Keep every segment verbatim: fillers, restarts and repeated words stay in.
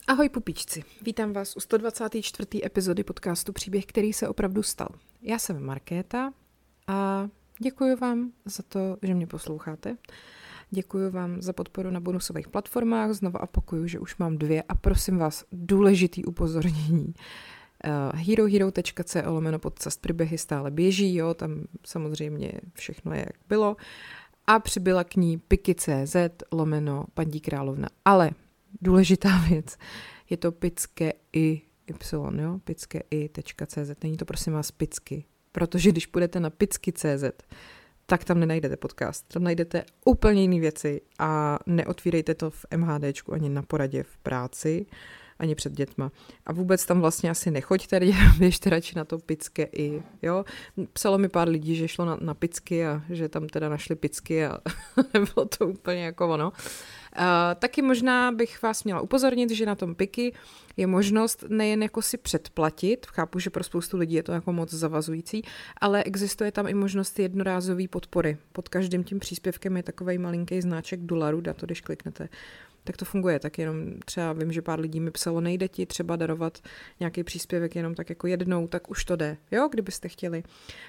Ahoj pupíčci, vítám vás u sto dvacáté čtvrté epizody podcastu Příběh, který se opravdu stal. Já jsem Markéta a děkuji vám za to, že mě posloucháte. Děkuji vám za podporu na bonusových platformách, znovu opakuju, že už mám dvě a prosím vás, důležitý upozornění. Uh, herohero tečka co lomeno podcast Příběhy stále běží, jo, tam samozřejmě všechno je, jak bylo. A přibyla k ní piky.cz lomeno paní královna. Ale důležitá věc, je to pické i y, jo, pické i tečka cz, není to prosím vás picky, protože když půjdete na picky tečka cz, tak tam nenajdete podcast, tam najdete úplně jiné věci a neotvírejte to v MHDčku ani na poradě v práci, ani před dětma. A vůbec tam vlastně asi nechoďte, běžte radši na to pické i, jo. Psalo mi pár lidí, že šlo na, na picky a že tam teda našli picky a nebylo to úplně jako ono. Uh, taky možná bych vás měla upozornit, že na tom piky je možnost nejen jako si předplatit, chápu, že pro spoustu lidí je to jako moc zavazující, ale existuje tam i možnost jednorázové podpory. Pod každým tím příspěvkem je takovej malinký znáček dolaru, na to, když kliknete. Tak to funguje, tak jenom třeba vím, že pár lidí mi psalo, nejde ti třeba darovat nějaký příspěvek jenom tak jako jednou, tak už to jde, jo, kdybyste chtěli.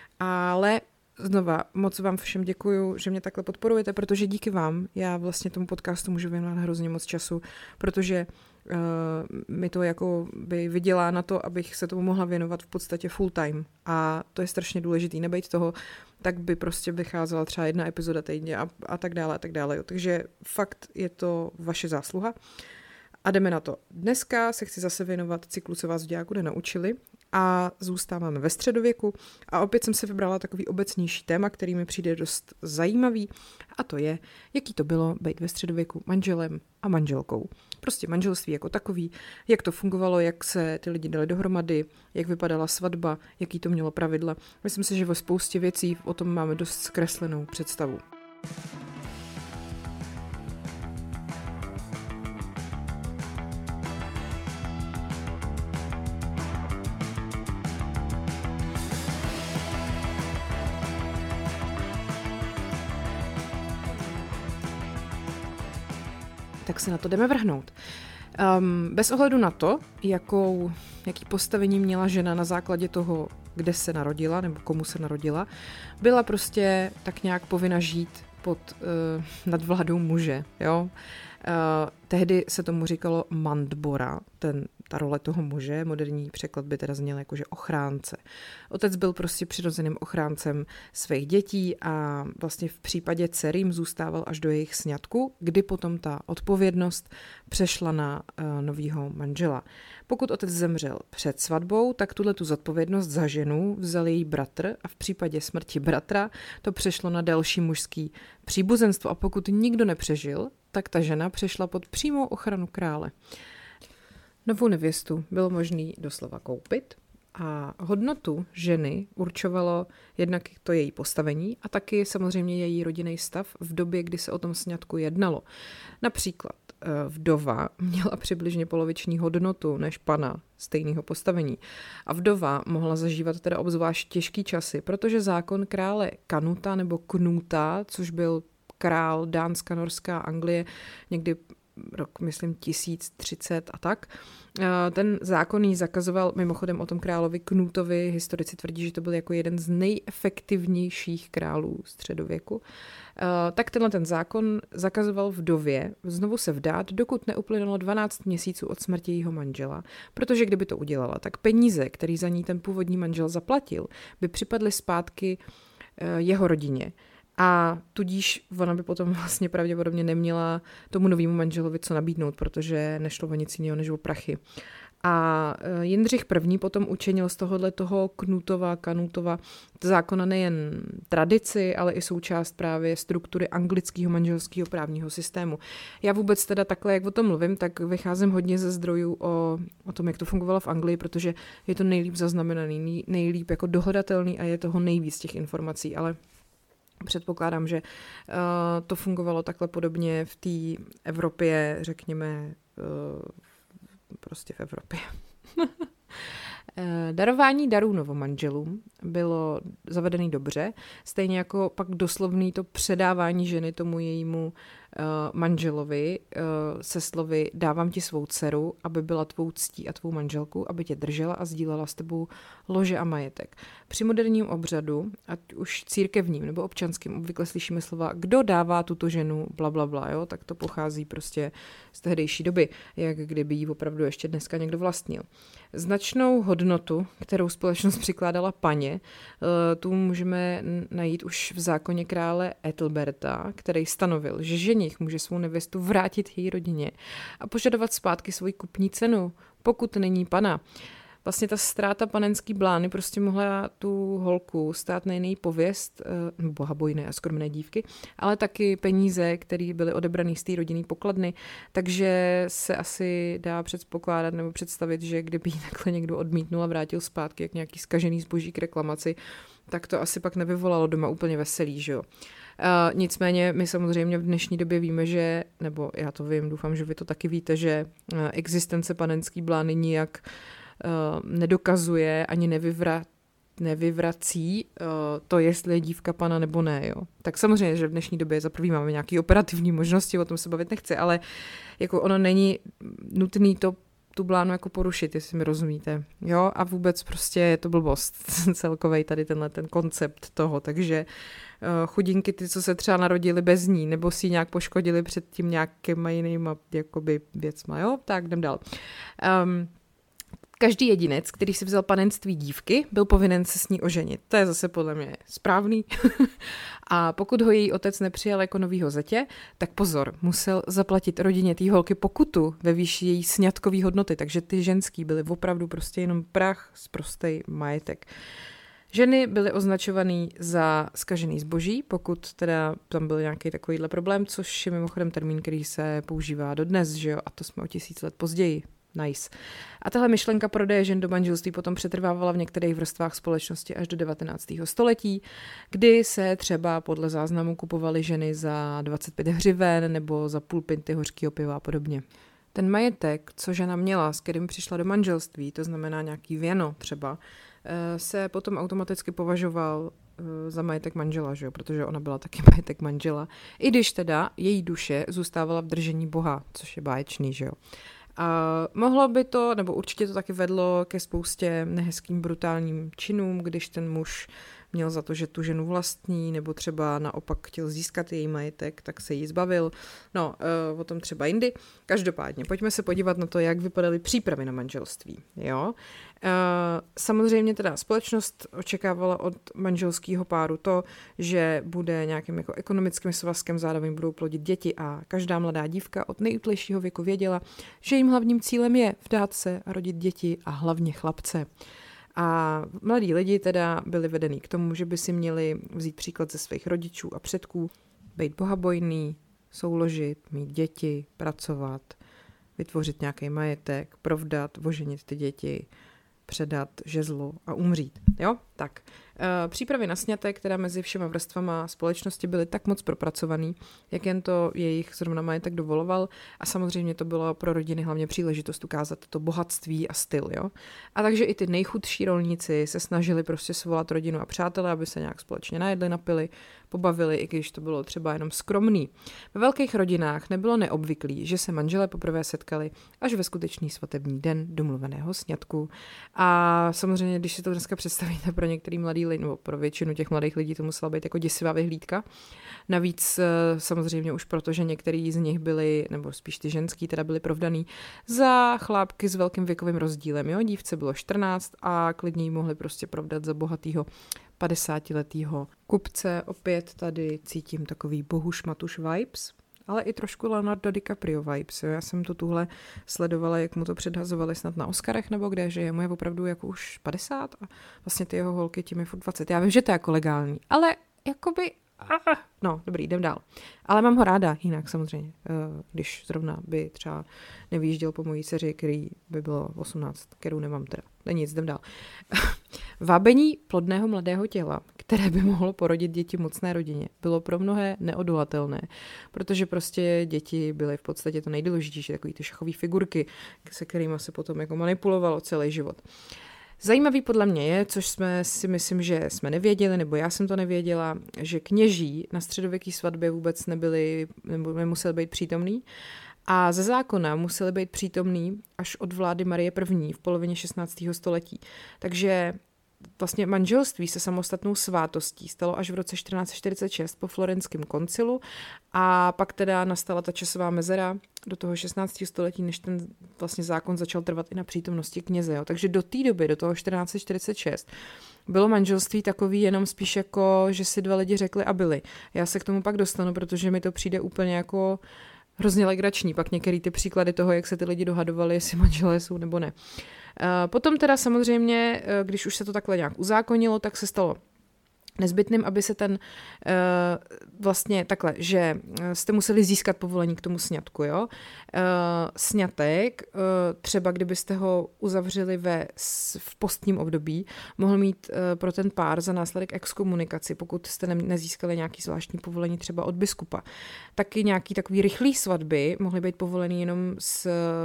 Ale znova, moc vám všem děkuju, že mě takhle podporujete, protože díky vám já vlastně tomu podcastu můžu věnovat hrozně moc času, protože uh, mi to jako by vydělá na to, abych se tomu mohla věnovat v podstatě full time. A to je strašně důležitý, nebejt toho, tak by prostě vycházela třeba jedna epizoda týdně a, a tak dále a tak dále. Jo. Takže fakt je to vaše zásluha. A jdeme na to. Dneska se chci zase věnovat cyklu, co vás v dějáku nenaučili a zůstáváme ve středověku a opět jsem si vybrala takový obecnější téma, který mi přijde dost zajímavý a to je, jaký to bylo být ve středověku manželem a manželkou. Prostě manželství jako takový, jak to fungovalo, jak se ty lidi dali dohromady, jak vypadala svatba, jaký to mělo pravidla. Myslím si, že ve spoustě věcí o tom máme dost zkreslenou představu. Tak se na to jdeme vrhnout. Um, bez ohledu na to, jakou, jaký postavení měla žena na základě toho, kde se narodila nebo komu se narodila, byla prostě tak nějak povinna žít pod uh, nadvládou muže. Jo? Uh, tehdy se tomu říkalo mandbora, ten, ta role toho muže, moderní překlad by teda zněl jakože ochránce. Otec byl prostě přirozeným ochráncem svých dětí a vlastně v případě dcer jim zůstával až do jejich sňatku, kdy potom ta odpovědnost přešla na uh, novýho manžela. Pokud otec zemřel před svatbou, tak tuhle tu zodpovědnost za ženu vzal její bratr a v případě smrti bratra to přešlo na další mužský příbuzenstvo a pokud nikdo nepřežil, tak ta žena přešla pod přímou ochranu krále. Novou nevěstu bylo možné doslova koupit a hodnotu ženy určovalo jednak to její postavení a taky samozřejmě její rodinný stav v době, kdy se o tom sňatku jednalo. Například vdova měla přibližně poloviční hodnotu než pana stejného postavení. A vdova mohla zažívat teda obzvlášť těžký časy, protože zákon krále Kanuta nebo Knuta, což byl král Dánska, Norska, Anglie, někdy rok, myslím, tisíc třicet a tak. Ten zákon jí zakazoval, mimochodem o tom královi Knutovi, historici tvrdí, že to byl jako jeden z nejefektivnějších králů středověku. Tak tenhle ten zákon zakazoval vdově znovu se vdát, dokud neuplynulo dvanáct měsíců od smrti jejího manžela, protože kdyby to udělala, tak peníze, který za ní ten původní manžel zaplatil, by připadly zpátky jeho rodině. A tudíž ona by potom vlastně pravděpodobně neměla tomu novému manželovi co nabídnout, protože nešlo o nic jiného než o prachy. A Jindřich I. potom učinil z tohohle toho Knutova, Kanutova zákona nejen tradici, ale i součást právě struktury anglického manželského právního systému. Já vůbec teda takhle, jak o tom mluvím, tak vycházím hodně ze zdrojů o, o tom, jak to fungovalo v Anglii, protože je to nejlíp zaznamenaný, nejlíp jako dohledatelný a je toho nejvíc těch informací, ale předpokládám, že uh, to fungovalo takhle podobně v té Evropě, řekněme, uh, prostě v Evropě. Darování darů novomanželům bylo zavedený dobře, stejně jako pak doslovný to předávání ženy tomu jejímu uh, manželovi uh, se slovy dávám ti svou dceru, aby byla tvou ctí a tvou manželku, aby tě držela a sdílela s tebou lože a majetek. Při moderním obřadu, ať už církevním nebo občanským, obvykle slyšíme slova, kdo dává tuto ženu, bla, bla, bla, jo? Tak to pochází prostě z tehdejší doby, jak kdyby ji opravdu ještě dneska někdo vlastnil. Značnou hodnotu, kterou společnost přikládala paně, tu můžeme najít už v zákoně krále Ethelberta, který stanovil, že ženich může svou nevěstu vrátit její rodině a požadovat zpátky svoji kupní cenu, pokud není pana. Vlastně ta ztráta panenský blány prostě mohla tu holku stát nejen její pověst, bohabojné a skromné dívky, ale taky peníze, které byly odebrané z té rodinné pokladny, takže se asi dá předpokládat nebo představit, že kdyby ji takhle někdo odmítnul a vrátil zpátky jak nějaký zkažený zboží k reklamaci, tak to asi pak nevyvolalo doma úplně veselý, že jo. Uh, nicméně my samozřejmě v dnešní době víme, že, nebo já to vím, doufám, že vy to taky víte, že uh, existence panenský blány nijak uh, nedokazuje ani nevyvra, nevyvrací uh, to, jestli je dívka pana nebo ne. Jo. Tak samozřejmě, že v dnešní době za prvý máme nějaké operativní možnosti, o tom se bavit nechci, ale jako ono není nutný to tu blánu jako porušit, jestli mi rozumíte. Jo, a vůbec prostě je to blbost celkovej tady tenhle ten koncept toho, takže uh, chudinky ty, co se třeba narodili bez ní, nebo si ji nějak poškodili před tím nějakýma jinýma jakoby věcma, jo, tak jdem dál. Um, Každý jedinec, který si vzal panenství dívky, byl povinen se s ní oženit. To je zase podle mě správný. A pokud ho její otec nepřijal jako novýho zetě, tak pozor, musel zaplatit rodině té holky pokutu ve výši její sňatkové hodnoty, takže ty ženský byly opravdu prostě jenom prach z prostej majetek. Ženy byly označovaný za zkažený zboží, pokud teda tam byl nějaký takovýhle problém, což je mimochodem termín, který se používá dodnes, že jo, a to jsme o tisíc let později. Nice. A tahle myšlenka prodeje žen do manželství potom přetrvávala v některých vrstvách společnosti až do devatenáctého století, kdy se třeba podle záznamu kupovaly ženy za dvacet pět hřiven nebo za půl pinty hořkýho piva a podobně. Ten majetek, co žena měla, s kterým přišla do manželství, to znamená nějaký věno třeba, se potom automaticky považoval za majetek manžela, že jo? Protože ona byla taky majetek manžela, i když teda její duše zůstávala v držení Boha, což je báječný, že jo. A mohlo by to, nebo určitě to taky vedlo ke spoustě nehezkým brutálním činům, když ten muž měl za to, že tu ženu vlastní, nebo třeba naopak chtěl získat její majetek, tak se jí zbavil. No, o tom třeba jindy. Každopádně, pojďme se podívat na to, jak vypadaly přípravy na manželství. Jo? Samozřejmě teda společnost očekávala od manželského páru to, že bude nějakým jako ekonomickým svazkem, zároveň budou plodit děti a každá mladá dívka od nejútlejšího věku věděla, že jejím hlavním cílem je vdát se a rodit děti a hlavně chlapce. A mladí lidi teda byli vedený k tomu, že by si měli vzít příklad ze svých rodičů a předků, být bohabojný, souložit, mít děti, pracovat, vytvořit nějaký majetek, provdat, oženit ty děti, předat žezlo a umřít. Jo? Tak. E, přípravy na sňatek, teda mezi všema vrstvama společnosti byly tak moc propracovaný, jak jen to jejich zrovna majetek dovoloval a samozřejmě to bylo pro rodiny hlavně příležitost ukázat to bohatství a styl. Jo? A takže i ty nejchudší rolníci se snažili prostě svolat rodinu a přátelé, aby se nějak společně najedli, napili, pobavili, i když to bylo třeba jenom skromný. Ve velkých rodinách nebylo neobvyklý, že se manželé poprvé setkali až ve skutečný svatební den domluveného sňatku. A samozřejmě, když si to dneska představíte pro některý mladý lidi, nebo pro většinu těch mladých lidí to musela být jako děsivá vyhlídka. Navíc samozřejmě už proto, že některý z nich byli, nebo spíš ty ženský, teda byli provdaný za chlápky s velkým věkovým rozdílem. Jo? Dívce bylo čtrnáct a klidně jí mohli prostě provdat za bohatýho padesátiletýho kupce. Opět tady cítím takový bohuš matuš vibes, ale i trošku Leonardo DiCaprio vibes. Jo? Já jsem to tuhle sledovala, jak mu to předhazovali snad na Oscarech nebo kde, že mu je opravdu jako už padesát a vlastně ty jeho holky tím je furt dvacet. Já vím, že to je jako legální, ale jakoby... No, dobrý, jdem dál. Ale mám ho ráda jinak samozřejmě, když zrovna by třeba nevyjížděl po mojí dceři, který by bylo osmnáct, kterou nemám teda. Není nic, jdem dál. Vábení plodného mladého těla, které by mohlo porodit děti v mocné rodině, bylo pro mnohé neodolatelné, protože prostě děti byly v podstatě to nejdůležitější, takový ty šachové figurky, se kterými se potom jako manipulovalo celý život. Zajímavý podle mě je, což jsme si myslím, že jsme nevěděli, nebo já jsem to nevěděla, že kněží na středověké svatbě vůbec nebyli, nebo nemuseli být přítomní. A ze zákona museli být přítomní až od vlády Marie I. v polovině šestnáctého století. Takže vlastně manželství se samostatnou svátostí stalo až v roce čtrnáct čtyřicet šest po Florenském koncilu a pak teda nastala ta časová mezera do toho šestnáctého století, než ten vlastně zákon začal trvat i na přítomnosti kněze. Jo. Takže do té doby, do toho čtrnáct čtyřicet šest, bylo manželství takový jenom spíš jako, že si dva lidi řekli a byli. Já se k tomu pak dostanu, protože mi to přijde úplně jako hrozně legrační, pak některé ty příklady toho, jak se ty lidi dohadovali, jestli manželé jsou nebo ne. Potom teda samozřejmě, když už se to takhle nějak uzákonilo, tak se stalo nezbytným, aby se ten vlastně takhle, že jste museli získat povolení k tomu sňatku, jo. Sňatek, třeba kdybyste ho uzavřeli ve, v postním období, mohl mít pro ten pár za následek exkomunikaci, pokud jste ne, nezískali nějaký zvláštní povolení třeba od biskupa. Taky nějaký takový rychlý svatby mohly být povolený jenom s,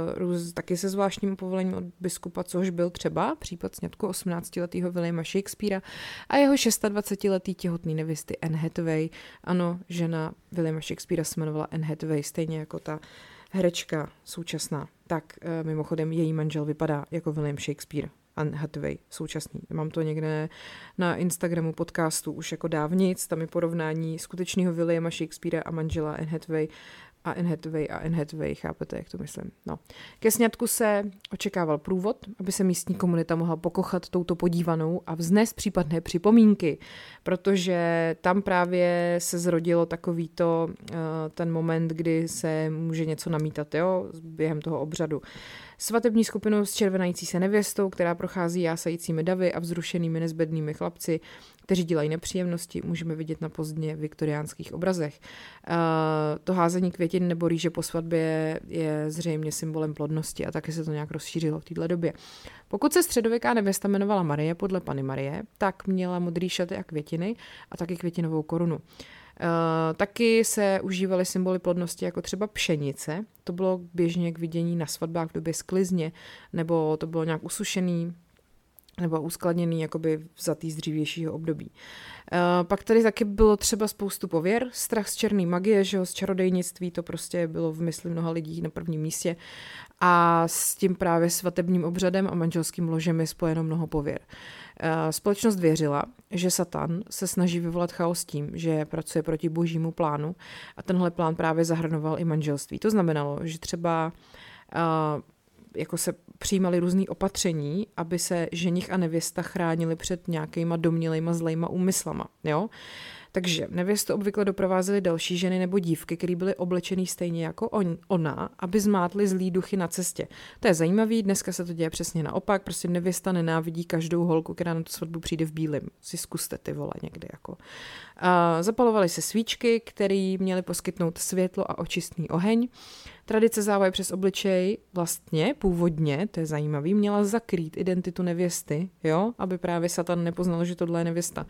taky se zvláštním povolením od biskupa, což byl třeba případ sňatku osmnáctiletého Williama Shakespearea a jeho dvacetišestiletý těhotný nevěsty Anne Hathaway. Ano, žena Williama Shakespearea se jmenovala Anne Hathaway, stejně jako ta herečka současná. Tak mimochodem její manžel vypadá jako William Shakespeare, Anne Hathaway, současný. Mám to někde na Instagramu podcastu už jako dávnic, tam je porovnání skutečného Williama Shakespearea a manžela Anne Hathaway a Anne Hathaway a Anne Hathaway, chápete, jak to myslím. No. Ke sňatku se očekával průvod, aby se místní komunita mohla pokochat touto podívanou a vznést případné připomínky, protože tam právě se zrodilo takovýto uh, ten moment, kdy se může něco namítat, jo, během toho obřadu. Svatební skupinu s červenající se nevěstou, která prochází jásajícími davy a vzrušenými nezbednými chlapci, kteří dělají nepříjemnosti, můžeme vidět na pozdně viktoriánských obrazech. Uh, to házení květin nebo rýže po svatbě je zřejmě symbolem plodnosti a taky se to nějak rozšířilo v této době. Pokud se středověká nevěsta jmenovala Marie podle Panny Marie, tak měla modrý šaty a květiny a taky květinovou korunu. Uh, taky se užívaly symboly plodnosti jako třeba pšenice, to bylo běžně k vidění na svatbách v době sklizně, nebo to bylo nějak usušený, nebo uskladněný jakoby vzatý z dřívějšího období. Uh, pak tady taky bylo třeba spoustu pověr, strach z černé magie, že jo, z čarodejnictví, to prostě bylo v mysli mnoha lidí na prvním místě a s tím právě svatebním obřadem a manželským ložem je spojeno mnoho pověr. Uh, společnost věřila, že Satan se snaží vyvolat chaos tím, že pracuje proti božímu plánu a tenhle plán právě zahrnoval i manželství. To znamenalo, že třeba uh, jako se přijímaly různý opatření, aby se ženich a nevěsta chránili před nějakýma domnělejma zlejma úmyslama, jo? Takže nevěstu obvykle doprovázely další ženy nebo dívky, které byly oblečený stejně jako on, ona, aby zmátly zlý duchy na cestě. To je zajímavý, dneska se to děje přesně naopak, prostě nevěsta nenávidí každou holku, která na tu svatbu přijde v bílém. Si zkuste ty vole někdy jako. A zapalovaly se svíčky, které měly poskytnout světlo a očistný oheň. Tradice závoje přes obličej vlastně původně, to je zajímavý, měla zakrýt identitu nevěsty, jo, aby právě Satan nepoznal, že tohle je nevěsta.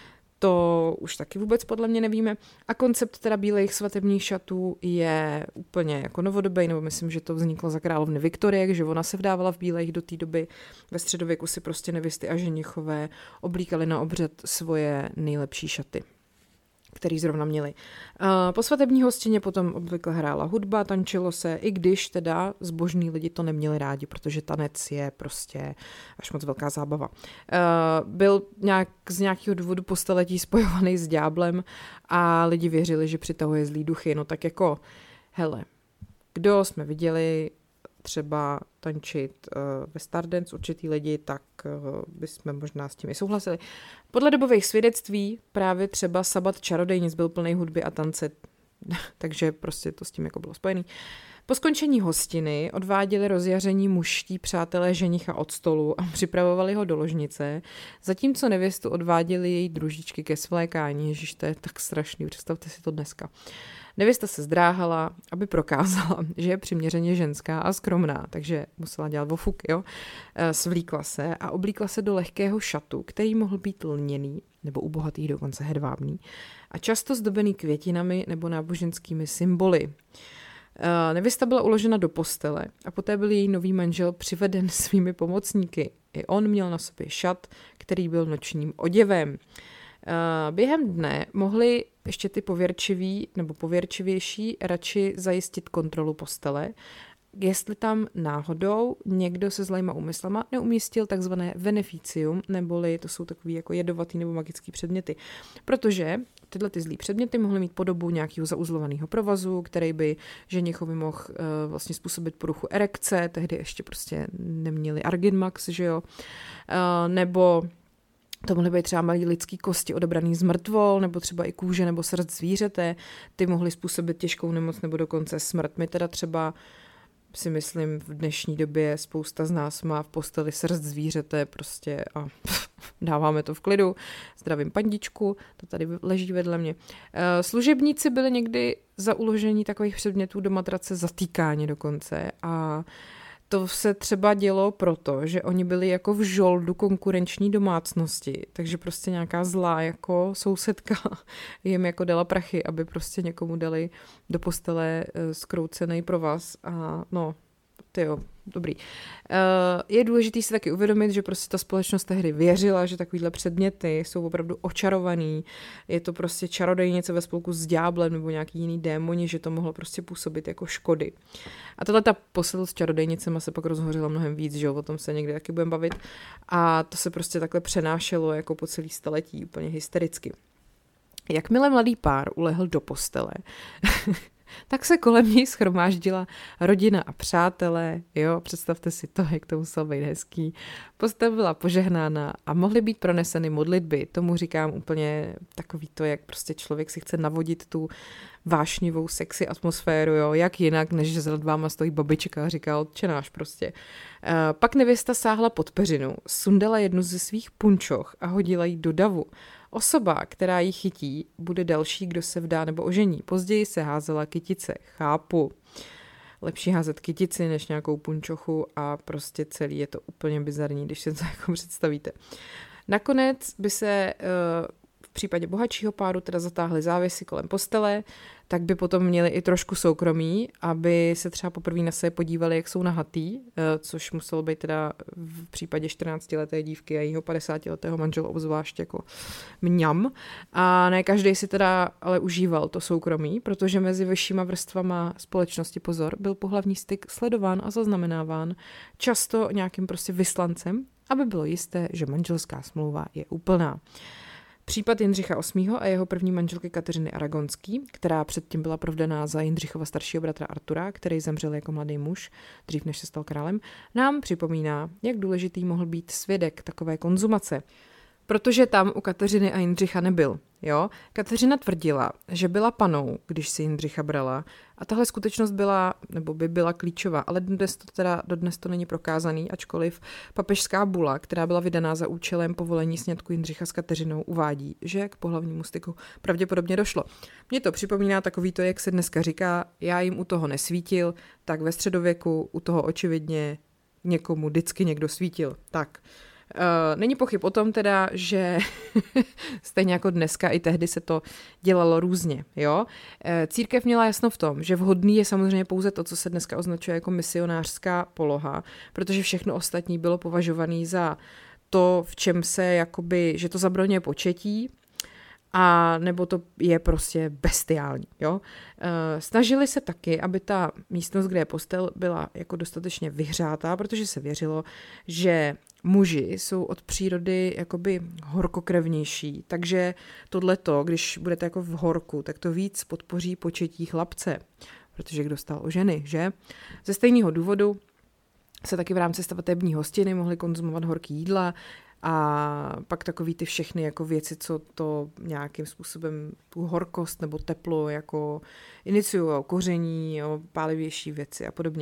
To už taky vůbec podle mě nevíme. A koncept teda bílejch svatebních šatů je úplně jako novodobý, nebo myslím, že to vzniklo za královny Viktorie, že ona se vdávala v bílejch do té doby. Ve středověku si prostě nevěsty a ženichové oblíkali na obřad svoje nejlepší šaty, který zrovna měli. Po svatební hostině potom obvykle hrála hudba, tančilo se, i když teda zbožní lidi to neměli rádi, protože tanec je prostě až moc velká zábava. Byl nějak z nějakého důvodu po staletí spojovaný s ďáblem a lidi věřili, že přitahuje zlý duchy. No tak jako, hele, kdo jsme viděli třeba tančit uh, ve Stardance určitý lidi, tak uh, bychom možná s tím i souhlasili. Podle dobových svědectví právě třeba Sabat čarodejnic byl plný hudby a tance, takže prostě to s tím jako bylo spojený. Po skončení hostiny odváděli rozjaření mužští přátelé ženicha od stolu a připravovali ho do ložnice, zatímco nevěstu odváděli její družičky ke svlékání. Ježiš, to je tak strašný, představte si to dneska. Nevěsta se zdráhala, aby prokázala, že je přiměřeně ženská a skromná, takže musela dělat vofuk, jo. Svlíkla se a oblíkla se do lehkého šatu, který mohl být lněný, nebo u bohatých dokonce hedvábný, a často zdobený květinami nebo náboženskými symboly. Nevěsta byla uložena do postele a poté byl její nový manžel přiveden svými pomocníky. I on měl na sobě šat, který byl nočním oděvem. Během dne mohli ještě ty pověrčiví nebo pověrčivější radši zajistit kontrolu postele, jestli tam náhodou někdo se zlejma úmyslama neumístil takzvané beneficium, neboli to jsou takový jako jedovatý nebo magický předměty. Protože tyhle ty zlý předměty mohly mít podobu nějakého zauzlovaného provazu, který by ženichovi mohl uh, vlastně způsobit poruchu erekce, tehdy ještě prostě neměli Arginmax, že jo, uh, nebo to mohly být třeba malý lidský kosti odebraný z mrtvol, nebo třeba i kůže nebo srst zvířete, ty mohly způsobit těžkou nemoc nebo dokonce smrt. My teda třeba si myslím, v dnešní době spousta z nás má v posteli srst zvířete prostě a dáváme to v klidu. Zdravím pandičku, to tady leží vedle mě. Služebníci byli někdy za uložení takových předmětů do matrace zatýkáni dokonce a to se třeba dělo proto, že oni byli jako v žoldu konkurenční domácnosti, takže prostě nějaká zlá jako sousedka jim jako dala prachy, aby prostě někomu dali do postele zkroucený provaz a no, tyjo, dobrý. Je důležité si taky uvědomit, že prostě ta společnost tehdy věřila, že takovýhle předměty jsou opravdu očarovaný, je to prostě čarodejnice ve spolku s ďáblem nebo nějaký jiný démoni, že to mohlo prostě působit jako škody. A tahle ta posel s čarodejnicema se pak rozhořila mnohem víc, že jo, o tom se někdy taky budeme bavit a to se prostě takhle přenášelo jako po celý staletí úplně hystericky. Jakmile mladý pár ulehl do postele, tak se kolem ní shromáždila rodina a přátelé, jo, představte si to, jak to muselo být hezký. Postel byla požehnána a mohly být proneseny modlitby, tomu říkám úplně takový to, jak prostě člověk si chce navodit tu vášnivou sexy atmosféru, jo, jak jinak, než že za váma stojí babička a říká Otče náš prostě. E, pak nevěsta sáhla pod peřinu, sundala jednu ze svých punčoch a hodila ji do davu. Osoba, která ji chytí, bude další, kdo se vdá nebo ožení. Později se házela kytice. Chápu. Lepší házet kytici, než nějakou punčochu a prostě celý je to úplně bizarní, když si to jako představíte. Nakonec by se v případě bohatšího páru teda zatáhly závěsy kolem postele, tak by potom měli i trošku soukromí, aby se třeba poprvé na sebe podívali, jak jsou nahatý, což muselo být teda v případě čtrnáctileté dívky a jejího padesátiletého manžela obzvlášť jako mňam. A ne každý si teda ale užíval to soukromí, protože mezi vyššíma vrstvama společnosti, pozor, byl pohlavní styk sledován a zaznamenáván často nějakým prostě vyslancem, aby bylo jisté, že manželská smlouva je úplná. Případ Jindřicha osmého a jeho první manželky Kateřiny Aragonský, která předtím byla provdaná za Jindřichova staršího bratra Artura, který zemřel jako mladý muž, dřív než se stal králem, nám připomíná, jak důležitý mohl být svědek takové konzumace. Protože tam u Kateřiny a Jindřicha nebyl. Jo? Kateřina tvrdila, že byla panou, když si Jindřicha brala a tahle skutečnost byla, nebo by byla klíčová, ale dnes to teda, dodnes to není prokázaný, ačkoliv papežská bula, která byla vydaná za účelem povolení sňatku Jindřicha s Kateřinou, uvádí, že k pohlavnímu styku pravděpodobně došlo. Mně to připomíná takový to, jak se dneska říká, já jim u toho nesvítil, tak ve středověku u toho očividně někomu vždycky někdo svítil. Tak. Uh, není pochyb o tom teda, že stejně jako dneska i tehdy se to dělalo různě. Jo? Uh, církev měla jasno v tom, že vhodný je samozřejmě pouze to, co se dneska označuje jako misionářská poloha, protože všechno ostatní bylo považované za to, v čem se jakoby, že to zabraňuje početí, a nebo to je prostě bestiální. Jo? E, snažili se taky, aby ta místnost, kde je postel, byla jako dostatečně vyhřátá, protože se věřilo, že muži jsou od přírody jakoby horkokrevnější, takže tohleto, když budete jako v horku, tak to víc podpoří početí chlapce, protože kdo stál o ženy, že? Ze stejného důvodu se taky v rámci stavební hostiny mohly konzumovat horký jídla, a pak takový ty všechny jako věci, co to nějakým způsobem tu horkost nebo teplo jako iniciují, koření, jo, pálivější věci a podobně.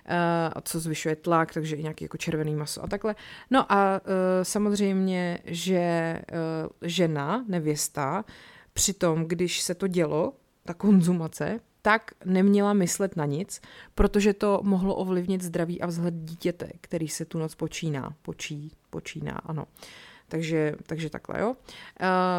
A co zvyšuje tlak, takže i nějaký jako červený maso a takhle. No a samozřejmě, že žena, nevěsta, přitom, když se to dělo, ta konzumace, tak neměla myslet na nic, protože to mohlo ovlivnit zdraví a vzhled dítěte, který se tu noc počíná. Počí, počíná, ano. Takže, takže takhle, jo. Uh,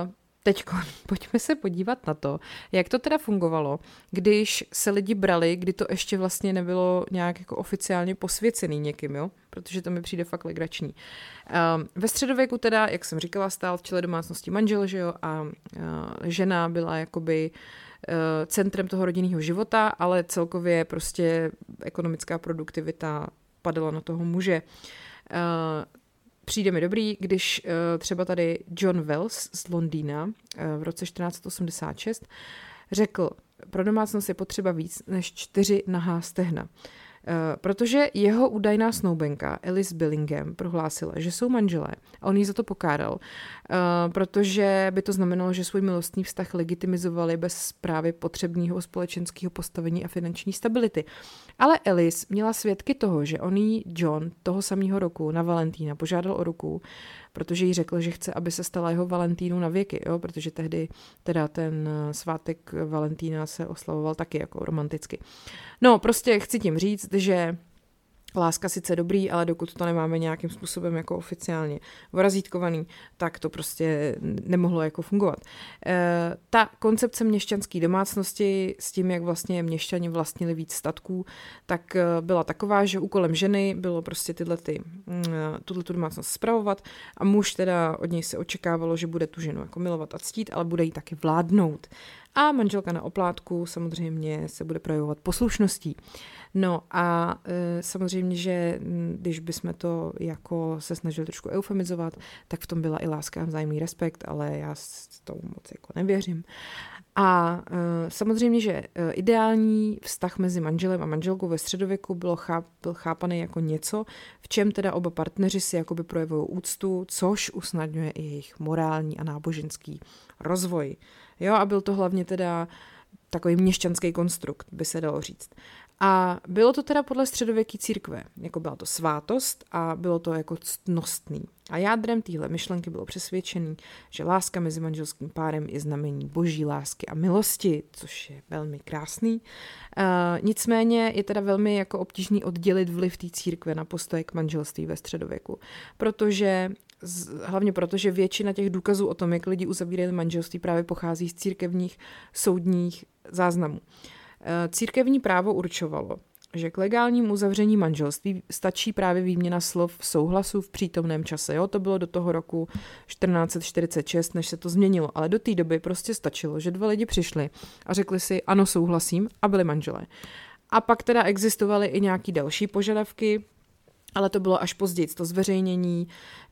teď pojďme se podívat na to, jak to teda fungovalo, když se lidi brali, kdy to ještě vlastně nebylo nějak jako oficiálně posvěcený někým, jo? Protože to mi přijde fakt legrační. Um, ve středověku teda, jak jsem říkala, stál v čele domácnosti manžel, že jo, a uh, žena byla jakoby uh, centrem toho rodinného života, ale celkově prostě ekonomická produktivita padala na toho muže. Uh, Přijde mi dobrý, když uh, třeba tady John Wells z Londýna uh, v roce čtrnáct osmdesát šest řekl, pro domácnost je potřeba víc než čtyři nahá stehna. Uh, protože jeho údajná snoubenka Alice Billingham prohlásila, že jsou manželé a on jí za to pokáral, uh, protože by to znamenalo, že svůj milostný vztah legitimizovali bez právě potřebného společenského postavení a finanční stability. Ale Alice měla svědky toho, že on jí John toho samého roku na Valentína požádal o ruku, protože jí řekl, že chce, aby se stala jeho Valentínu na věky, jo? Protože tehdy teda ten svátek Valentína se oslavoval taky jako romanticky. No, prostě chci tím říct, že láska sice dobrý, ale dokud to nemáme nějakým způsobem jako oficiálně vorazítkovaný, tak to prostě nemohlo jako fungovat. E, ta koncepce měšťanské domácnosti s tím, jak vlastně měšťani vlastnili víc statků, tak byla taková, že úkolem ženy bylo prostě tyhle ty, tuhletu domácnost spravovat a muž teda od něj se očekávalo, že bude tu ženu jako milovat a ctít, ale bude jí taky vládnout. A manželka na oplátku samozřejmě se bude projevovat poslušností. No a e, samozřejmě, že když bychom to jako se snažili trošku eufemizovat, tak v tom byla i láska a vzájemný respekt, ale já s tomu moc jako nevěřím. A e, samozřejmě, že e, ideální vztah mezi manželem a manželkou ve středověku bylo cháp, byl chápaný jako něco, v čem teda oba partneři si jakoby projevují úctu, což usnadňuje i jejich morální a náboženský rozvoj. Jo, a byl to hlavně teda takový měšťanský konstrukt, by se dalo říct. A bylo to teda podle středověké církve, jako byla to svátost a bylo to jako ctnostný. A jádrem téhle myšlenky bylo přesvědčený, že láska mezi manželským párem je znamení boží lásky a milosti, což je velmi krásný. Uh, nicméně je teda velmi jako obtížný oddělit vliv té církve na postoje k manželství ve středověku, protože hlavně proto, že většina těch důkazů o tom, jak lidi uzavírali manželství, právě pochází z církevních soudních záznamů. Církevní právo určovalo, že k legálnímu uzavření manželství stačí právě výměna slov souhlasu v přítomném čase. Jo? To bylo do toho roku čtrnáct čtyřicet šest, než se to změnilo, ale do té doby prostě stačilo, že dva lidi přišli a řekli si ano, souhlasím a byli manželé. A pak teda existovaly i nějaký další požadavky, ale to bylo až později, to zveřejnění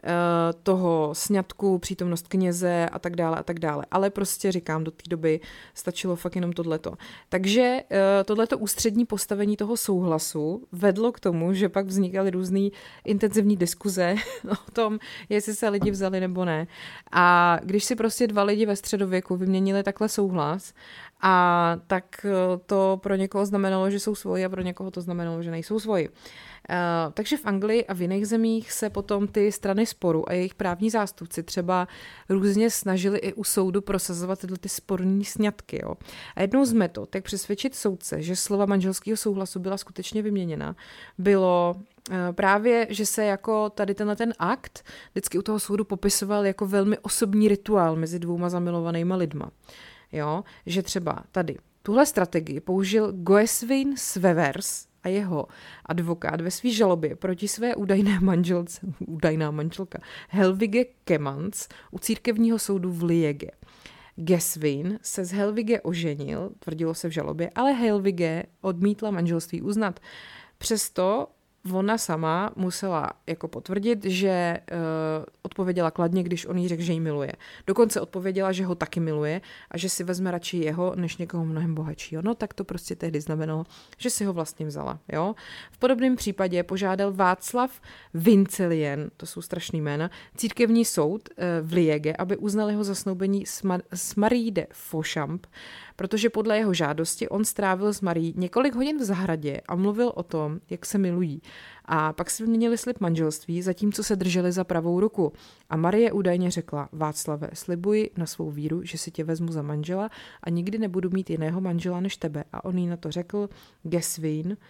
toho sňatku, přítomnost kněze a tak dále a tak dále. Ale prostě říkám, do té doby stačilo fakt jenom tohleto. Takže tohleto ústřední postavení toho souhlasu vedlo k tomu, že pak vznikaly různé intenzivní diskuze o tom, jestli se lidi vzali nebo ne. A když si prostě dva lidi ve středověku vyměnili takhle souhlas, a tak to pro někoho znamenalo, že jsou svoji a pro někoho to znamenalo, že nejsou svoji. Uh, takže v Anglii a v jiných zemích se potom ty strany sporu a jejich právní zástupci třeba různě snažili i u soudu prosazovat tyhle ty sporní sňatky. Jo. A jednou z metod, jak přesvědčit soudce, že slova manželského souhlasu byla skutečně vyměněna, bylo uh, právě, že se jako tady tenhle ten akt vždycky u toho soudu popisoval jako velmi osobní rituál mezi dvouma zamilovanýma lidma. Jo, že třeba tady tuhle strategii použil Goeswin Svevers a jeho advokát ve své žalobě proti své údajné manželce, údajná manželka Helvige Kemans u církevního soudu v Liege. Geswin se z Helvige oženil, tvrdilo se v žalobě, ale Helvige odmítla manželství uznat. Přesto ona sama musela jako potvrdit, že uh, odpověděla kladně, když on jí řekl, že ji miluje. Dokonce odpověděla, že ho taky miluje a že si vezme radši jeho, než někoho mnohem bohatšího. No tak to prostě tehdy znamenalo, že si ho vlastně vzala. Jo? V podobném případě požádal Václav Vincelien, to jsou strašný jména, církevní soud uh, v Liege, aby uznal jeho zasnoubení s, Mar- s Marie de Fauchamp, protože podle jeho žádosti on strávil s Marí několik hodin v zahradě a mluvil o tom, jak se milují. A pak si vyměnili slib manželství, zatímco se drželi za pravou ruku. A Marie údajně řekla: Václave, slibuji na svou víru, že si tě vezmu za manžela a nikdy nebudu mít jiného manžela než tebe. A on jí na to řekl: Geswin, uh,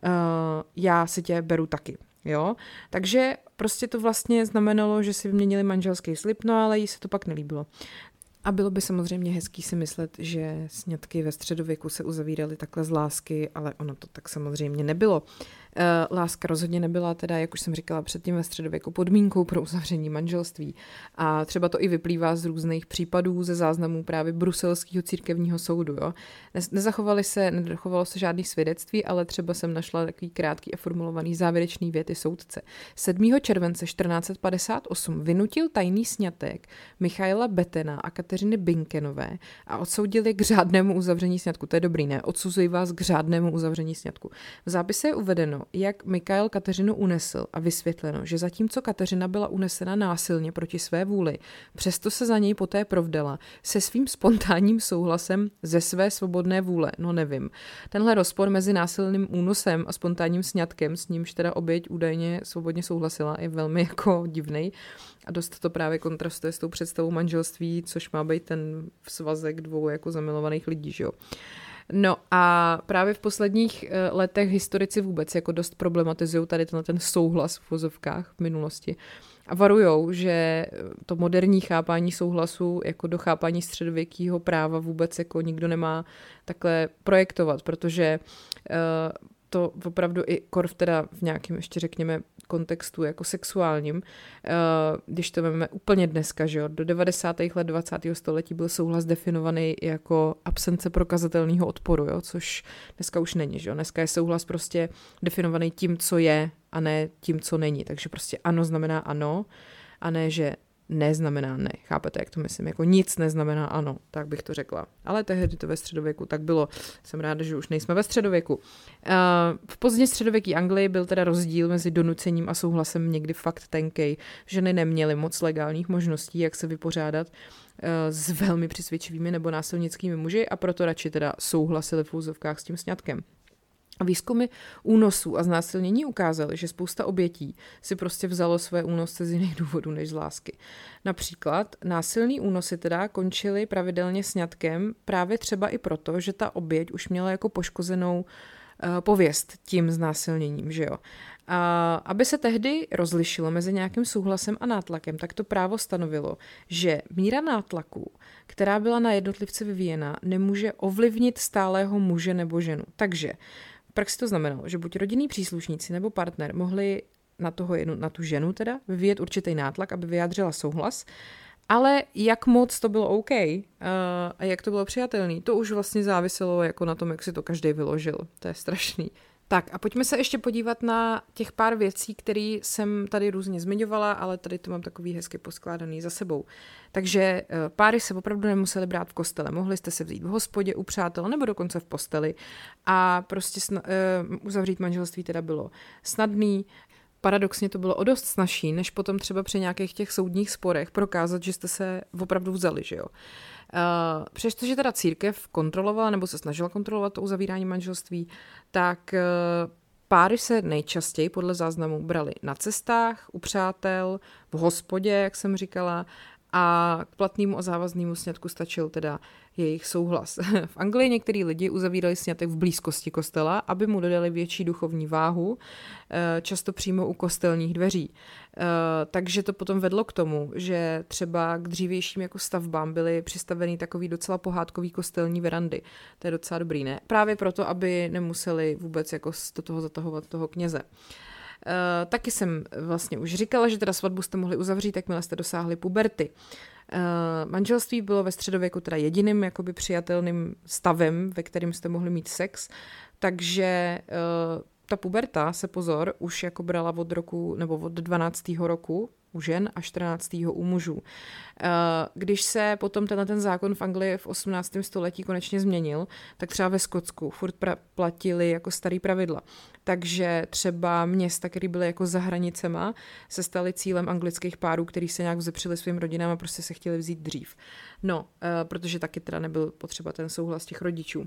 já si tě beru taky. Jo? Takže prostě to vlastně znamenalo, že si vyměnili manželský slib, no ale jí se to pak nelíbilo. A bylo by samozřejmě hezký si myslet, že sňatky ve středověku se uzavíraly takhle z lásky, ale ono to tak samozřejmě nebylo. Láska rozhodně nebyla teda, jak už jsem říkala předtím, ve středověku podmínkou pro uzavření manželství. A třeba to i vyplývá z různých případů ze záznamů právě bruselského církevního soudu. Jo. Nezachovali se, nedochovalo se žádný svědectví, ale třeba jsem našla takový krátký a formulovaný závěrečný věty soudce. sedmého července čtrnáct set padesát osm vynutil tajný sňatek Michaela Bettena a Kateřiny Binkenové a odsoudili k řádnému uzavření sňatku. To je dobrý, ne? Odsuzuji vás k řádnému uzavření sňatku. V zápise je uvedeno, jak Michael Kateřinu unesl a vysvětleno, že zatímco Kateřina byla unesena násilně proti své vůli, přesto se za něj poté provdala se svým spontánním souhlasem ze své svobodné vůle. No nevím. Tenhle rozpor mezi násilným únosem a spontánním sňatkem, s nímž teda oběť údajně svobodně souhlasila, je velmi jako divnej a dost to právě kontrastuje s tou představou manželství, což má být ten svazek dvou jako zamilovaných lidí, že jo. No a právě v posledních letech historici vůbec jako dost problematizují tady tenhle ten souhlas v vozovkách v minulosti a varujou, že to moderní chápání souhlasu jako do chápání středověkého práva vůbec jako nikdo nemá takhle projektovat, protože uh, to opravdu i korv teda v nějakém ještě řekněme kontextu jako sexuálním, když to máme úplně dneska, že jo, do devadesátých let dvacátého století byl souhlas definovaný jako absence prokazatelného odporu, jo, což dneska už není, že jo, dneska je souhlas prostě definovaný tím, co je a ne tím, co není, takže prostě ano znamená ano a ne, že neznamená ne. Chápete, jak to myslím? Jako nic neznamená ano, tak bych to řekla. Ale tehdy to ve středověku tak bylo. Jsem ráda, že už nejsme ve středověku. V pozdně středověký Anglii byl teda rozdíl mezi donucením a souhlasem někdy fakt tenkej. Ženy neměly moc legálních možností, jak se vypořádat s velmi přesvědčivými nebo násilnickými muži a proto radši teda souhlasili v úzovkách s tím sňatkem. Výzkumy únosů a znásilnění ukázaly, že spousta obětí si prostě vzalo své únosce z jiných důvodů než z lásky. Například násilný únosy teda končily pravidelně sňatkem právě třeba i proto, že ta oběť už měla jako poškozenou uh, pověst tím znásilněním, že jo. A aby se tehdy rozlišilo mezi nějakým souhlasem a nátlakem, tak to právo stanovilo, že míra nátlaku, která byla na jednotlivce vyvíjena, nemůže ovlivnit stálého muže nebo ženu. Takže v praxi to znamenalo, že buď rodinní příslušníci nebo partner mohli na, toho jednu, na tu ženu teda vyvíjet určitý nátlak, aby vyjádřila souhlas, ale jak moc to bylo OK a jak to bylo přijatelný, to už vlastně záviselo jako na tom, jak si to každý vyložil. To je strašný. Tak a pojďme se ještě podívat na těch pár věcí, které jsem tady různě zmiňovala, ale tady to mám takový hezky poskládaný za sebou. Takže páry se opravdu nemuseli brát v kostele, mohli jste se vzít v hospodě u přátel nebo dokonce v posteli a prostě sna- uh, uzavřít manželství teda bylo snadný. Paradoxně to bylo o dost snazší, než potom třeba při nějakých těch soudních sporech prokázat, že jste se opravdu vzali, že jo. Uh, přestože teda církev kontrolovala nebo se snažila kontrolovat to uzavírání manželství, tak uh, páry se nejčastěji podle záznamů brali na cestách, u přátel, v hospodě, jak jsem říkala, a k platnému a závaznému sňatku stačil teda jejich souhlas. V Anglii některý lidi uzavírali sňatek v blízkosti kostela, aby mu dodali větší duchovní váhu, často přímo u kostelních dveří. Takže to potom vedlo k tomu, že třeba k dřívějším jako stavbám byly přistaveny takový docela pohádkový kostelní verandy. To je docela dobrý, ne? Právě proto, aby nemuseli vůbec jako do toho zatahovat toho kněze. Uh, taky jsem vlastně už říkala, že teda svatbu jste mohli uzavřít, jakmile jste dosáhli puberty. Uh, manželství bylo ve středověku teda jediným jakoby přijatelným stavem, ve kterým jste mohli mít sex, takže uh, ta puberta se pozor už jako brala od roku nebo od dvanáctého roku u žen a čtrnáctého u mužů. Když se potom tenhle ten zákon v Anglii v osmnáctém století konečně změnil, tak třeba ve Skotsku furt pra- platili jako starý pravidla. Takže třeba města, které byly jako za hranicema, se staly cílem anglických párů, který se nějak vzepřili svým rodinám a prostě se chtěli vzít dřív. No, protože taky teda nebyl potřeba ten souhlas těch rodičů.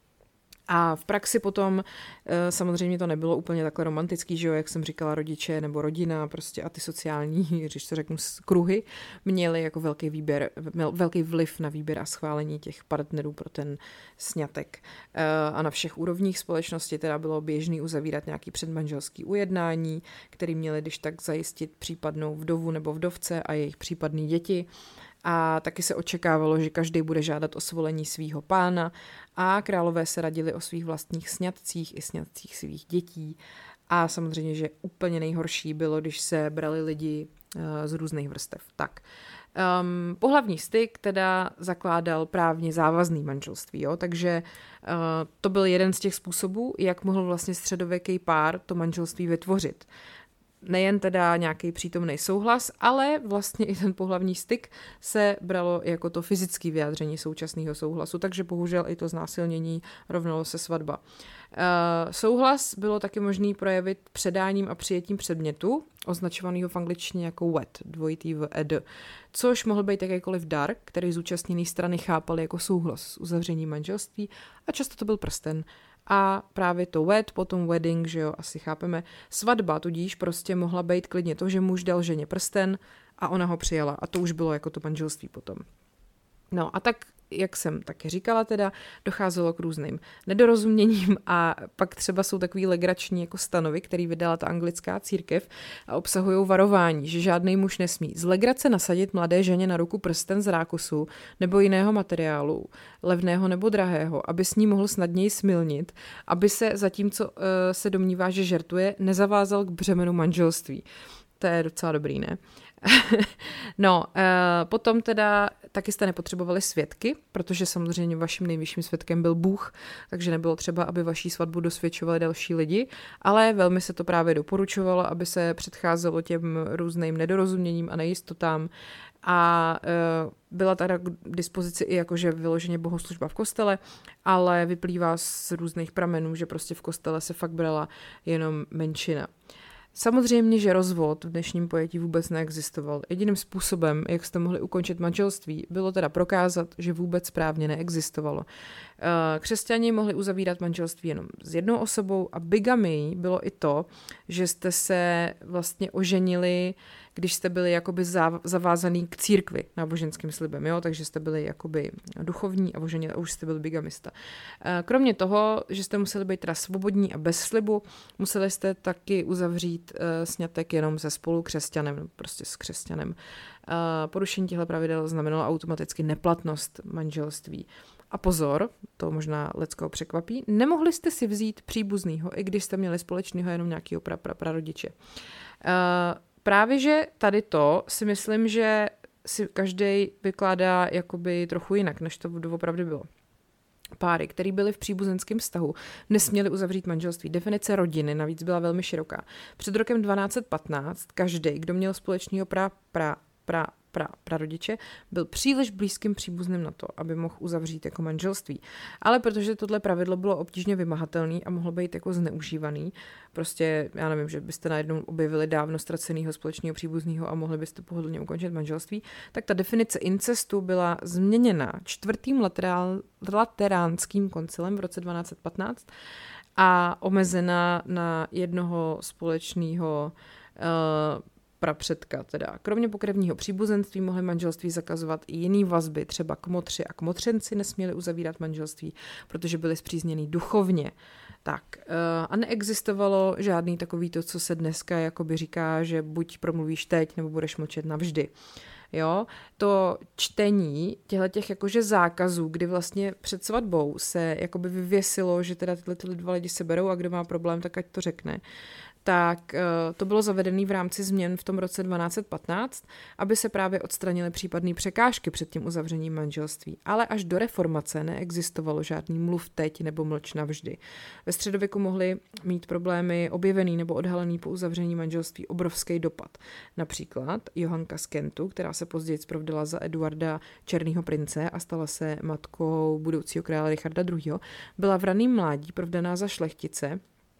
A v praxi potom samozřejmě to nebylo úplně takhle romantický, že jo, jak jsem říkala, rodiče nebo rodina prostě a ty sociální, když to řeknu, kruhy měly jako velký výběr, velký vliv na výběr a schválení těch partnerů pro ten sňatek. A na všech úrovních společnosti teda bylo běžný uzavírat nějaký předmanželský ujednání, který měli když tak zajistit případnou vdovu nebo vdovce a jejich případné děti. a taky se očekávalo, že každý bude žádat o svolení svýho pána a králové se radili o svých vlastních sňatcích i sňatcích svých dětí. A samozřejmě, že úplně nejhorší bylo, když se brali lidi uh, z různých vrstev. Tak, um, pohlavní styk teda zakládal právně závazný manželství, jo? Takže uh, to byl jeden z těch způsobů, jak mohl vlastně středověký pár to manželství vytvořit. Nejen teda nějaký přítomný souhlas, ale vlastně i ten pohlavní styk se bralo jako to fyzické vyjádření současného souhlasu, takže bohužel i to znásilnění rovnalo se svatba. Uh, souhlas bylo taky možný projevit předáním a přijetím předmětu, označovaného v angličtině jako wed, dvojitý v ed, což mohl být jakýkoliv dar, který zúčastněné strany chápaly jako souhlas s uzavřením manželství a často to byl prsten. A právě to wed, potom wedding, že jo, asi chápeme, svatba tudíž prostě mohla být klidně to, že muž dal ženě prsten a ona ho přijala a to už bylo jako to manželství potom. No a tak, jak jsem taky říkala teda, docházelo k různým nedorozuměním a pak třeba jsou takový legrační jako stanovy, který vydala ta anglická církev a obsahují varování, že žádný muž nesmí z legrace nasadit mladé ženě na ruku prsten z rákosu nebo jiného materiálu, levného nebo drahého, aby s ní mohl snadněji smilnit, aby se zatímco uh, se domnívá, že žertuje, nezavázal k břemenu manželství. To je docela dobrý, ne? No, uh, potom teda taky jste nepotřebovali svědky, protože samozřejmě vaším nejvyšším svědkem byl Bůh, takže nebylo třeba, aby vaší svatbu dosvědčovali další lidi, ale velmi se to právě doporučovalo, aby se předcházelo těm různým nedorozuměním a nejistotám a uh, byla teda k dispozici i jakože vyloženě bohoslužba v kostele, ale vyplývá z různých pramenů, že prostě v kostele se fakt brala jenom menšina. Samozřejmě, že rozvod v dnešním pojetí vůbec neexistoval. Jediným způsobem, jak jste mohli ukončit manželství, bylo teda prokázat, že vůbec správně neexistovalo. Křesťani mohli uzavírat manželství jenom s jednou osobou a bigamy bylo i to, že jste se vlastně oženili, když jste byli jakoby zavázaný k církvi náboženským slibem, jo? Takže jste byli jakoby duchovní a oženili a už jste byl bigamista. Kromě toho, že jste museli být teda svobodní a bez slibu, museli jste taky uzavřít uh, sňatek jenom se spolukřesťanem, prostě s křesťanem. Uh, porušení těchto pravidel znamenalo automaticky neplatnost manželství. A pozor, to možná leckoho překvapí, nemohli jste si vzít příbuznýho, i když jste měli společného jenom nějakého pra, pra, prarodiče. Uh, Právě, že tady to si myslím, že si každý vykládá jakoby trochu jinak, než to doopravdy bylo. Páry, které byly v příbuzenském vztahu, nesměly uzavřít manželství. Definice rodiny navíc byla velmi široká. Před rokem dvanáct set patnáct každý, kdo měl společného pra, pra, pra, pra, prarodiče, byl příliš blízkým příbuzným na to, aby mohl uzavřít jako manželství. Ale protože tohle pravidlo bylo obtížně vymahatelné a mohlo být jako zneužívaný, prostě, já nevím, že byste najednou objevili dávno ztraceného společného příbuzného a mohli byste pohodlně ukončit manželství, tak ta definice incestu byla změněna čtvrtým laterál, lateránským koncilem v roce dvanáct set patnáct a omezena na jednoho společného uh, prapředka teda. Kromě pokrevního příbuzenství mohly manželství zakazovat i jiný vazby, třeba kmotři a kmotřenci nesměli uzavírat manželství, protože byli spřízněný duchovně. Tak a neexistovalo žádný takový to, co se dneska jakoby říká, že buď promluvíš teď, nebo budeš mlčet navždy. Jo, to čtení těchto jakože zákazů, kdy vlastně před svatbou se jakoby vyvěsilo, že teda tyhle, tyhle dva lidi se berou a kdo má problém, tak ať to řekne, tak to bylo zavedené v rámci změn v tom roce dvanáct set patnáct, aby se právě odstranily případné překážky před tím uzavřením manželství. Ale až do reformace neexistovalo žádný mluv teď nebo mlč navždy. Ve středověku mohli mít problémy objevený nebo odhalený po uzavření manželství obrovský dopad. Například Johanka z Kentu, která se později provdala za Eduarda Černýho prince a stala se matkou budoucího krále Richarda druhého., byla v raném mládí provdaná za šlechtice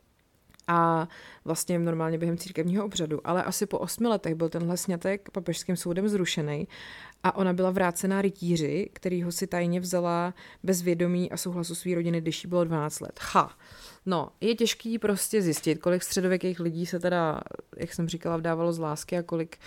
a vlastně normálně během církevního obřadu, ale asi po osmi letech byl tenhle sňatek papežským soudem zrušený a ona byla vrácená rytíři, kterýho si tajně vzala bez vědomí a souhlasu své rodiny, když jí bylo dvanáct let. Ha! No, je těžký prostě zjistit, kolik středověkých lidí se teda, jak jsem říkala, vdávalo z lásky a kolik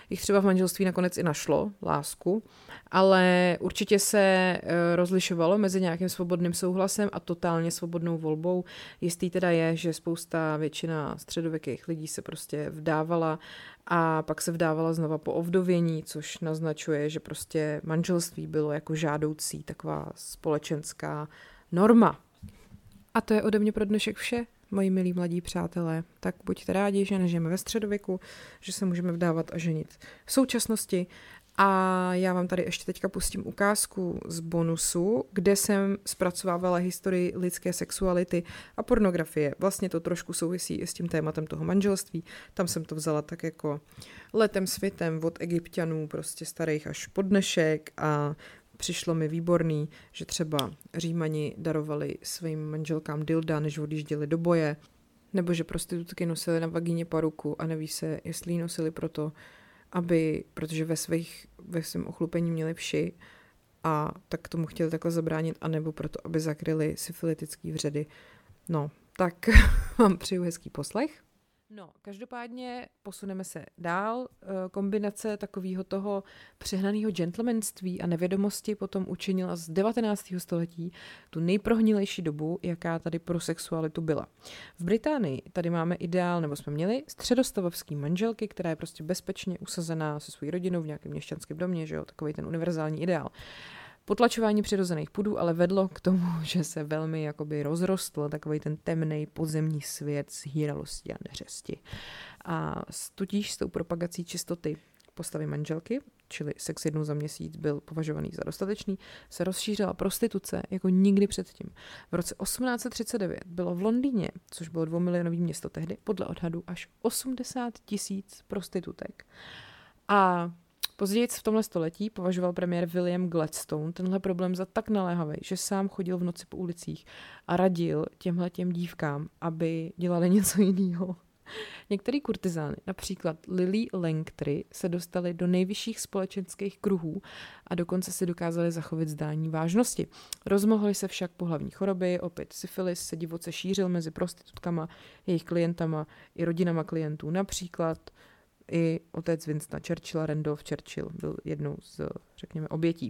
jich třeba v manželství nakonec i našlo lásku, ale určitě se rozlišovalo mezi nějakým svobodným souhlasem a totálně svobodnou volbou. Jistý teda je, že spousta, většina středověkých lidí se prostě vdávala a pak se vdávala znova po ovdovění, což naznačuje, že prostě manželství bylo jako žádoucí taková společenská norma. A to je ode mě pro dnešek vše, moji milí mladí přátelé. Tak buďte rádi, že nežijeme ve středověku, že se můžeme vdávat a ženit v současnosti. A já vám tady ještě teďka pustím ukázku z bonusu, kde jsem zpracovávala historii lidské sexuality a pornografie. Vlastně to trošku souvisí i s tím tématem toho manželství. Tam jsem to vzala tak jako letem světem od Egypťanů, prostě starých až po dnešek a přišlo mi výborný, že třeba Římani darovali svým manželkám dilda, než odjížděli do boje, nebo že prostitutky nosily na vagíně paruku a neví se, jestli ji nosili proto, aby, protože ve svých, ve svém ochlupení měli vši a tak tomu chtěli takhle zabránit, anebo proto, aby zakryli syfilitický vředy. No, tak vám přeju hezký poslech. No, každopádně posuneme se dál. Kombinace takového toho přehnaného gentlemanství a nevědomosti potom učinila z devatenáctého století tu nejprohnilejší dobu, jaká tady pro sexualitu byla. V Británii tady máme ideál, nebo jsme měli, středostavovský manželky, která je prostě bezpečně usazená se svou rodinou v nějakém měšťanském domě, že jo, takový ten univerzální ideál. Potlačování přirozených pudů ale vedlo k tomu, že se velmi jakoby rozrostl takový ten temný podzemní svět s hýralostí a neřesti. A tudíž s tou propagací čistoty postavy manželky, čili sex jednou za měsíc byl považovaný za dostatečný, se rozšířila prostituce jako nikdy předtím. V roce osmnáct set třicet devět bylo v Londýně, což bylo dvoumilionový město tehdy, podle odhadu až osmdesát tisíc prostitutek. A později v tomhle století považoval premiér William Gladstone tenhle problém za tak naléhavý, že sám chodil v noci po ulicích a radil těmhletěm dívkám, aby dělali něco jiného. Některý kurtizány, například Lily Langtry, se dostaly do nejvyšších společenských kruhů a dokonce si dokázali zachovat zdání vážnosti. Rozmohly se však pohlavní choroby, opět syfilis se divoce šířil mezi prostitutkama, jejich klientama i rodinama klientů. Například i otec Winstona Churchilla, Randolph Churchill, byl jednou z, řekněme, obětí.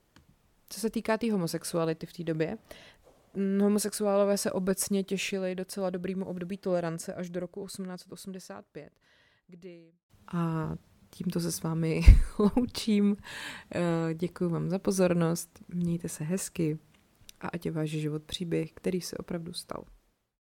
Co se týká té tý homosexuality v té době, homosexuálové se obecně těšili docela dobrýmu období tolerance až do roku osmnáct set osmdesát pět, kdy... A tímto se s vámi loučím. Děkuji vám za pozornost, mějte se hezky a ať je váš život příběh, který se opravdu stal.